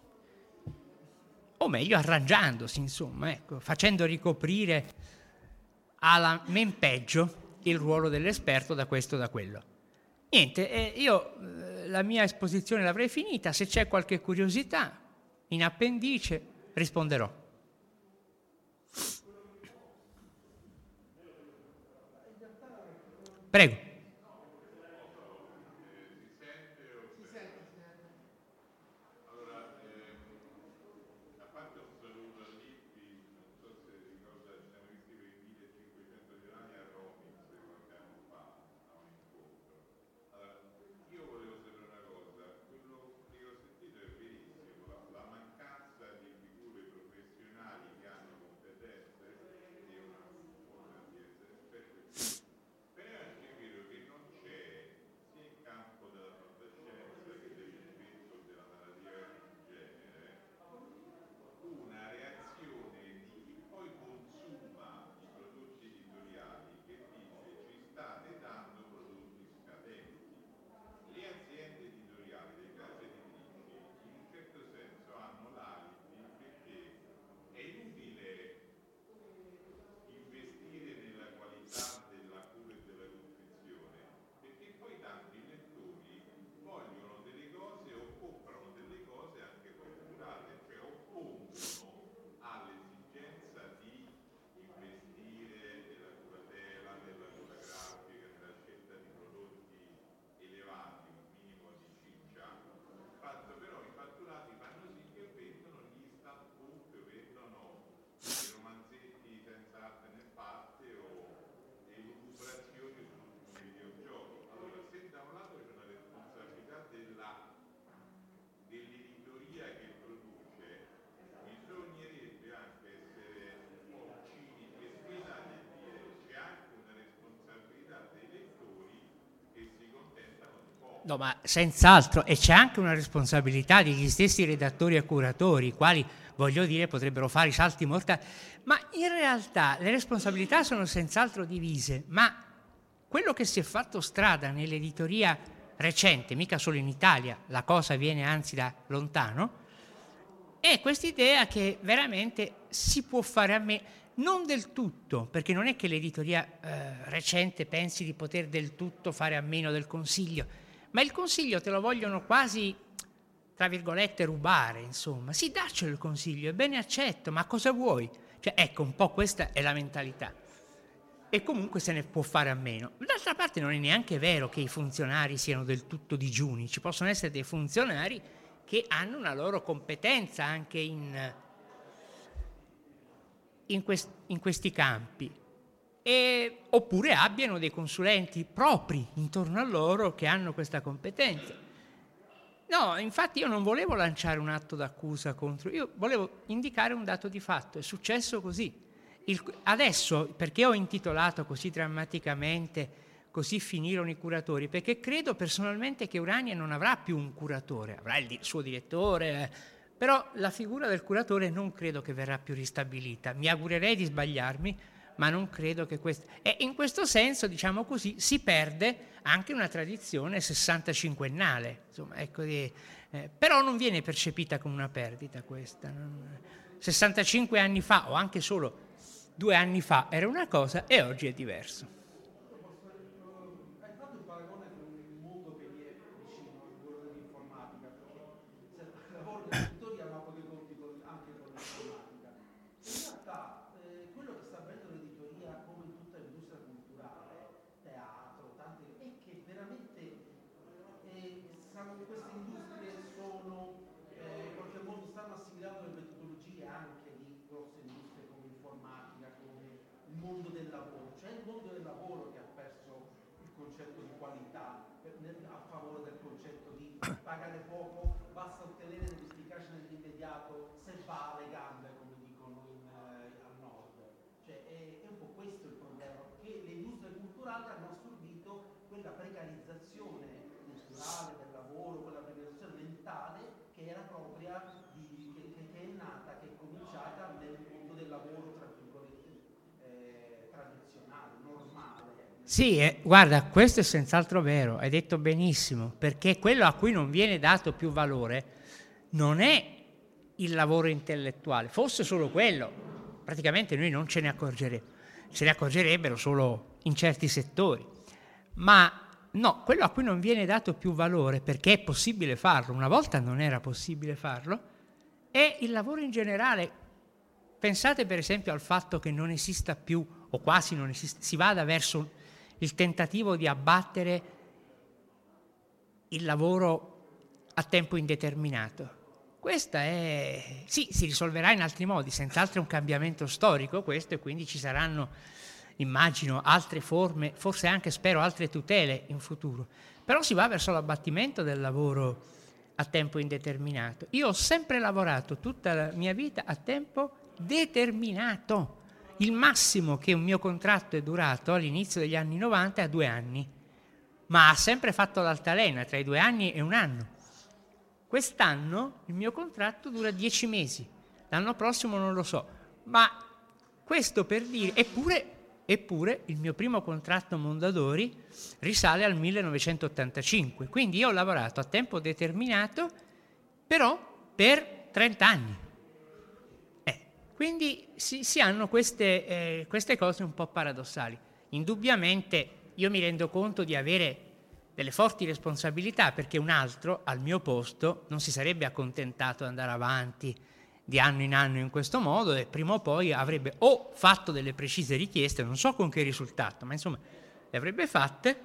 o meglio arrangiandosi, insomma, ecco, facendo ricoprire alla men peggio il ruolo dell'esperto da questo o da quello. Niente, eh, io eh, la mia esposizione l'avrei finita, se c'è qualche curiosità in appendice risponderò. Prego. No, ma senz'altro, e c'è anche una responsabilità degli stessi redattori e curatori, i quali, voglio dire, potrebbero fare i salti mortali, ma in realtà le responsabilità sono senz'altro divise, ma quello che si è fatto strada nell'editoria recente, mica solo in Italia, la cosa viene anzi da lontano, è quest'idea che veramente si può fare a meno, non del tutto, perché non è che l'editoria eh, recente pensi di poter del tutto fare a meno del consiglio, ma il consiglio te lo vogliono quasi, tra virgolette, rubare, insomma. Sì, daccelo il consiglio, è bene accetto, ma cosa vuoi? Cioè, ecco, un po' questa è la mentalità. E comunque se ne può fare a meno. D'altra parte non è neanche vero che i funzionari siano del tutto digiuni, ci possono essere dei funzionari che hanno una loro competenza anche in, in, quest, in questi campi. E, oppure abbiano dei consulenti propri intorno a loro che hanno questa competenza. No, infatti io non volevo lanciare un atto d'accusa contro, io volevo indicare un dato di fatto, è successo così. Il, adesso, perché ho intitolato così drammaticamente Così finirono i curatori, perché credo personalmente che Urania non avrà più un curatore, avrà il suo direttore, eh, però la figura del curatore non credo che verrà più ristabilita. Mi augurerei di sbagliarmi, ma non credo che questo... E in questo senso, diciamo così, si perde anche una tradizione sessantacinquennale, insomma, ecco, eh, però non viene percepita come una perdita questa. Non... sessantacinque anni fa, o anche solo due anni fa, era una cosa e oggi è diverso. Hai fatto un paragone con il mondo che mi è vicino, il mondo dell'informatica, perché se lavoro nell'editoria ma pochi conti anche con l'informatica. In realtà eh, quello che sta avvenendo l'editoria, come in tutta l'industria culturale, teatro, tante, è che veramente eh, stanno, queste industrie sono eh, in qualche modo stanno assimilando le metodologie anche di grosse industrie come informatica, come il mondo del lavoro, cioè il mondo del lavoro che ha perso il concetto di qualità per, nel, a favore del concetto di pagare poco, basta ottenere l'efficacia nell'immediato, se va alle gambe, come dicono in, eh, al nord. Cioè è, è un po' questo il problema, che le industrie culturali hanno assorbito quella precarizzazione culturale del lavoro, quella precarizzazione mentale che era propria di, che, che, che è nata, che è cominciata nel mondo del lavoro, tra virgolette, eh, tradizionale, normale. Sì, eh, guarda, questo è senz'altro vero, hai detto benissimo, perché quello a cui non viene dato più valore non è il lavoro intellettuale, fosse solo quello, praticamente noi non ce ne accorgeremo, ce ne accorgerebbero solo in certi settori, ma no, quello a cui non viene dato più valore, perché è possibile farlo, una volta non era possibile farlo, è il lavoro in generale. Pensate per esempio al fatto che non esista più, o quasi non esista, si vada verso il tentativo di abbattere il lavoro a tempo indeterminato. Questa è... sì, si risolverà in altri modi, senz'altro è un cambiamento storico questo, e quindi ci saranno, immagino, altre forme, forse anche, spero, altre tutele in futuro. Però si va verso l'abbattimento del lavoro a tempo indeterminato. Io ho sempre lavorato tutta la mia vita a tempo determinato. Il massimo che un mio contratto è durato all'inizio degli anni novanta è a due anni, ma ha sempre fatto l'altalena tra i due anni e un anno. Quest'anno il mio contratto dura dieci mesi, l'anno prossimo non lo so, ma questo per dire, eppure, eppure il mio primo contratto Mondadori risale al millenovecentottantacinque, quindi io ho lavorato a tempo determinato, però per trenta anni. Quindi si, si hanno queste, eh, queste cose un po' paradossali. Indubbiamente io mi rendo conto di avere delle forti responsabilità, perché un altro al mio posto non si sarebbe accontentato di andare avanti di anno in anno in questo modo, e prima o poi avrebbe o fatto delle precise richieste, non so con che risultato, ma insomma le avrebbe fatte,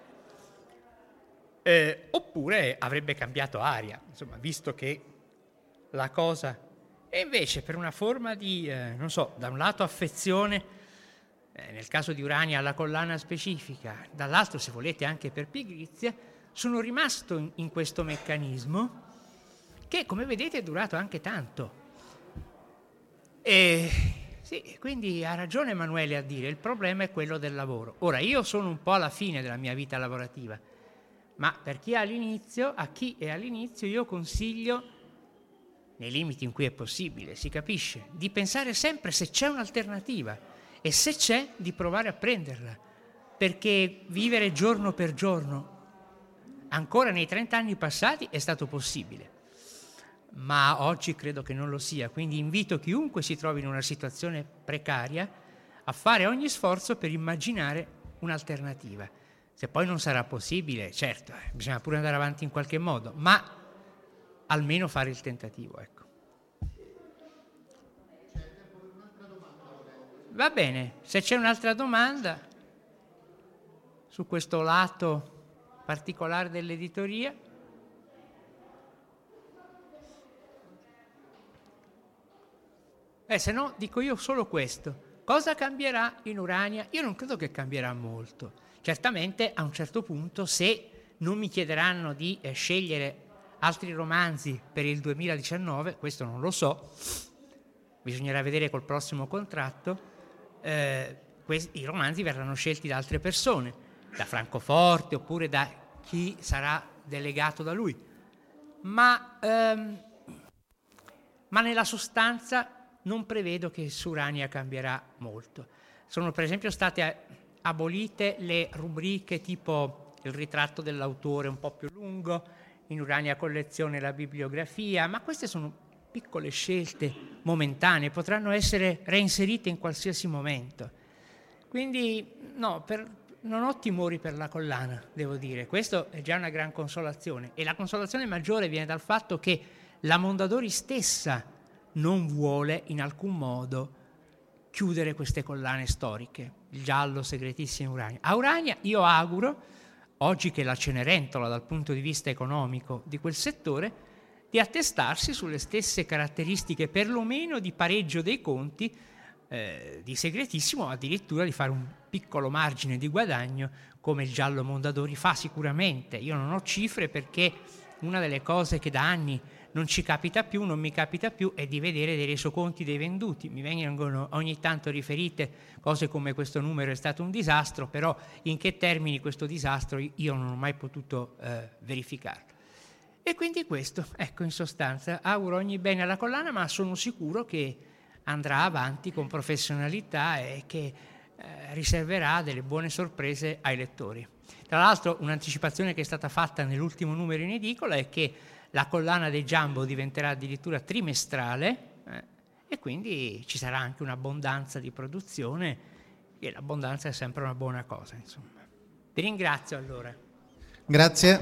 eh, oppure avrebbe cambiato aria, insomma, visto che la cosa... E invece per una forma di, eh, non so, da un lato affezione, eh, nel caso di Urania alla collana specifica, dall'altro, se volete, anche per pigrizia, sono rimasto in, in questo meccanismo che, come vedete, è durato anche tanto. E sì, quindi ha ragione Emanuele a dire, il problema è quello del lavoro. Ora, io sono un po' alla fine della mia vita lavorativa, Ma per chi è all'inizio, a chi è all'inizio io consiglio, nei limiti in cui è possibile, si capisce, di pensare sempre se c'è un'alternativa e se c'è di provare a prenderla, perché vivere giorno per giorno ancora nei trenta anni passati è stato possibile, ma oggi credo che non lo sia, quindi invito chiunque si trovi in una situazione precaria a fare ogni sforzo per immaginare un'alternativa. Se poi non sarà possibile, certo, eh, bisogna pure andare avanti in qualche modo, ma almeno fare il tentativo, ecco. Va bene, se c'è un'altra domanda su questo lato particolare dell'editoria. Eh, se no, dico io solo questo. Cosa cambierà in Urania? Io non credo che cambierà molto. Certamente a un certo punto, se non mi chiederanno di eh, scegliere altri romanzi per il duemiladiciannove, questo non lo so, bisognerà vedere col prossimo contratto, eh, questi, i romanzi verranno scelti da altre persone, da Francoforte oppure da chi sarà delegato da lui. Ma, ehm, ma nella sostanza non prevedo che su Urania cambierà molto. Sono per esempio state abolite le rubriche tipo il ritratto dell'autore un po' più lungo, in Urania Collezione la bibliografia, ma queste sono piccole scelte momentanee, potranno essere reinserite in qualsiasi momento. Quindi no, per, non ho timori per la collana, devo dire, questo è già una gran consolazione, e la consolazione maggiore viene dal fatto che la Mondadori stessa non vuole in alcun modo chiudere queste collane storiche, il giallo, segretissimo, Urania. A Urania io auguro, oggi che la Cenerentola dal punto di vista economico di quel settore, di attestarsi sulle stesse caratteristiche perlomeno di pareggio dei conti, eh, di segretissimo, addirittura di fare un piccolo margine di guadagno come il giallo Mondadori fa sicuramente. Io non ho cifre perché una delle cose che da anni non ci capita più, non mi capita più, è di vedere dei resoconti dei venduti. Mi vengono ogni tanto riferite cose come questo numero è stato un disastro, però in che termini questo disastro io non ho mai potuto eh, verificarlo. E quindi questo, ecco, in sostanza, auguro ogni bene alla collana, ma sono sicuro che andrà avanti con professionalità e che eh, riserverà delle buone sorprese ai lettori. Tra l'altro un'anticipazione che è stata fatta nell'ultimo numero in edicola è che la collana dei Jumbo diventerà addirittura trimestrale eh, e quindi ci sarà anche un'abbondanza di produzione, e l'abbondanza è sempre una buona cosa, insomma. Vi ringrazio allora. Grazie.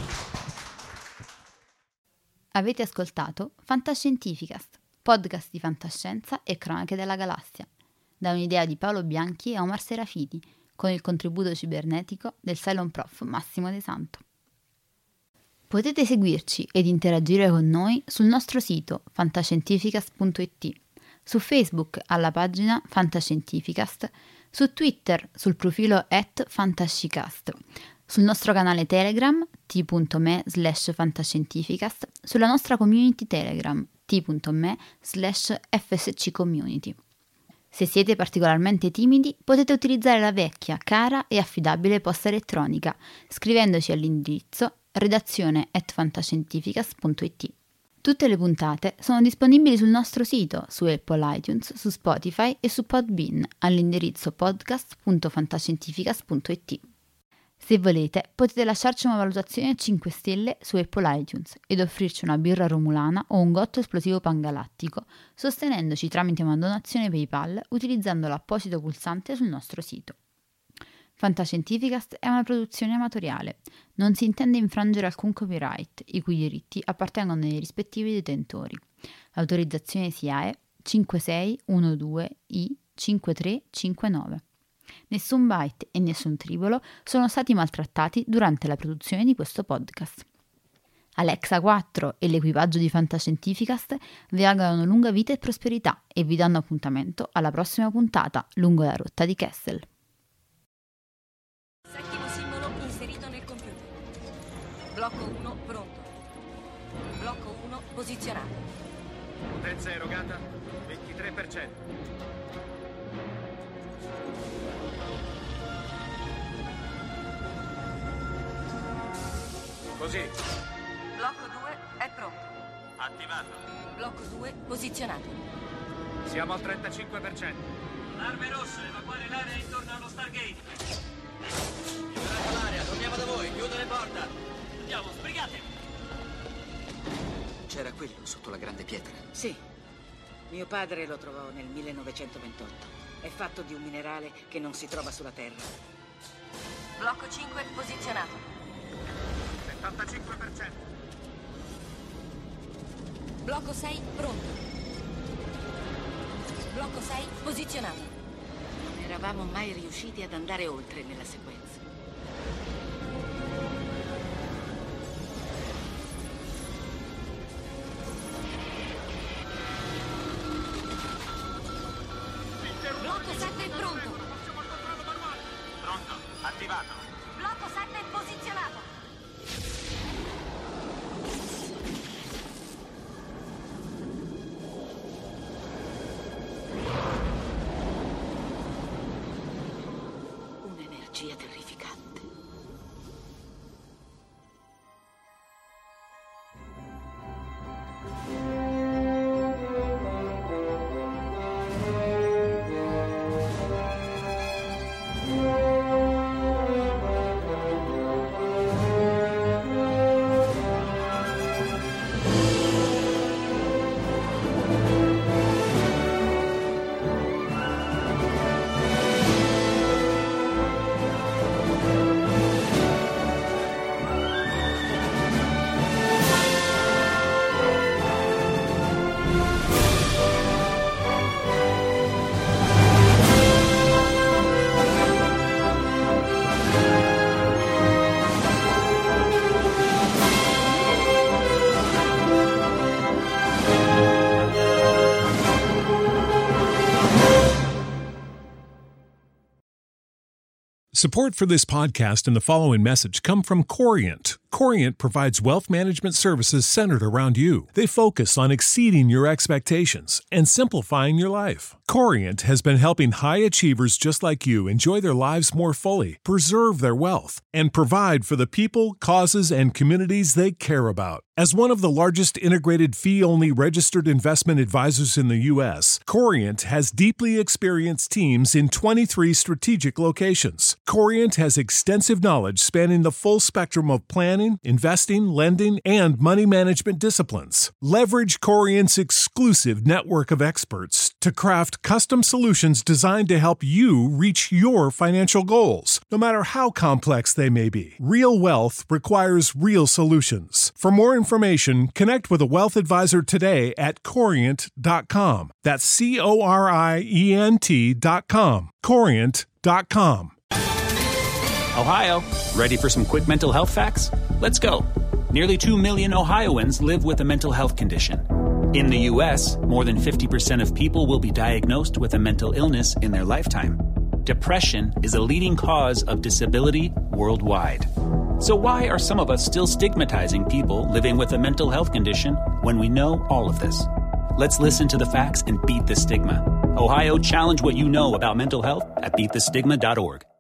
Avete ascoltato Fantascientificast, podcast di fantascienza e cronache della galassia, da un'idea di Paolo Bianchi e Omar Serafiti, con il contributo cibernetico del Cylon Prof Massimo De Santo. Potete seguirci ed interagire con noi sul nostro sito fantascientificast punto it, su Facebook alla pagina Fantascientificast, su Twitter sul profilo at fantascicast, sul nostro canale Telegram t.me slash fantascientificast, sulla nostra community Telegram t.me slash fsccommunity. Se siete particolarmente timidi, potete utilizzare la vecchia, cara e affidabile posta elettronica, scrivendoci all'indirizzo redazione at fantascientificast punto it. Tutte le puntate sono disponibili sul nostro sito, su Apple iTunes, su Spotify e su Podbean all'indirizzo podcast punto fantascientificast punto it. Se volete, potete lasciarci una valutazione a cinque stelle su Apple iTunes ed offrirci una birra romulana o un gotto esplosivo pangalattico, sostenendoci tramite una donazione PayPal utilizzando l'apposito pulsante sul nostro sito. Fantascientificast è una produzione amatoriale, non si intende infrangere alcun copyright, i cui diritti appartengono ai rispettivi detentori. L'autorizzazione S I A E cinque sei uno due I cinque tre cinque nove. Nessun byte e nessun tribolo sono stati maltrattati durante la produzione di questo podcast. Alexa quattro e l'equipaggio di Fantascientificast vi augurano lunga vita e prosperità e vi danno appuntamento alla prossima puntata lungo la rotta di Kessel. Settimo simbolo inserito nel computer. Blocco uno pronto. Blocco uno posizionato. Potenza erogata ventitré per cento. Così. Blocco due è pronto. Attivato. Blocco due posizionato. Siamo al trentacinque per cento. Arme rosse, evacuare l'area intorno allo Stargate. Liberate l'area, torniamo da voi, chiudo le porte. Andiamo, sbrigate. C'era quello sotto la grande pietra. Sì. Mio padre lo trovò nel millenovecentoventotto. È fatto di un minerale che non si trova sulla Terra. Blocco cinque posizionato. settantacinque per cento. Blocco sei pronto. Blocco sei posizionato. Non eravamo mai riusciti ad andare oltre nella sequenza. Blocco sette pronto. Pronto, attivato. Blocco sette posizionato. Un'energia terrificante. Support for this podcast and the following message come from Corient. Corient provides wealth management services centered around you. They focus on exceeding your expectations and simplifying your life. Corient has been helping high achievers just like you enjoy their lives more fully, preserve their wealth, and provide for the people, causes, and communities they care about. As one of the largest integrated fee-only registered investment advisors in the U S, Corient has deeply experienced teams in twenty-three strategic locations. Corient has extensive knowledge spanning the full spectrum of planning, investing, lending, and money management disciplines. Leverage Corient's exclusive network of experts to craft custom solutions designed to help you reach your financial goals, no matter how complex they may be. Real wealth requires real solutions. For more information, connect with a wealth advisor today at corient dot com. That's C O R I E N T dot com. corient dot com. Ohio, ready for some quick mental health facts? Let's go. Nearly two million Ohioans live with a mental health condition. In the U S, more than fifty percent of people will be diagnosed with a mental illness in their lifetime. Depression is a leading cause of disability worldwide. So why are some of us still stigmatizing people living with a mental health condition when we know all of this? Let's listen to the facts and beat the stigma. Ohio, challenge what you know about mental health at beat the stigma dot org.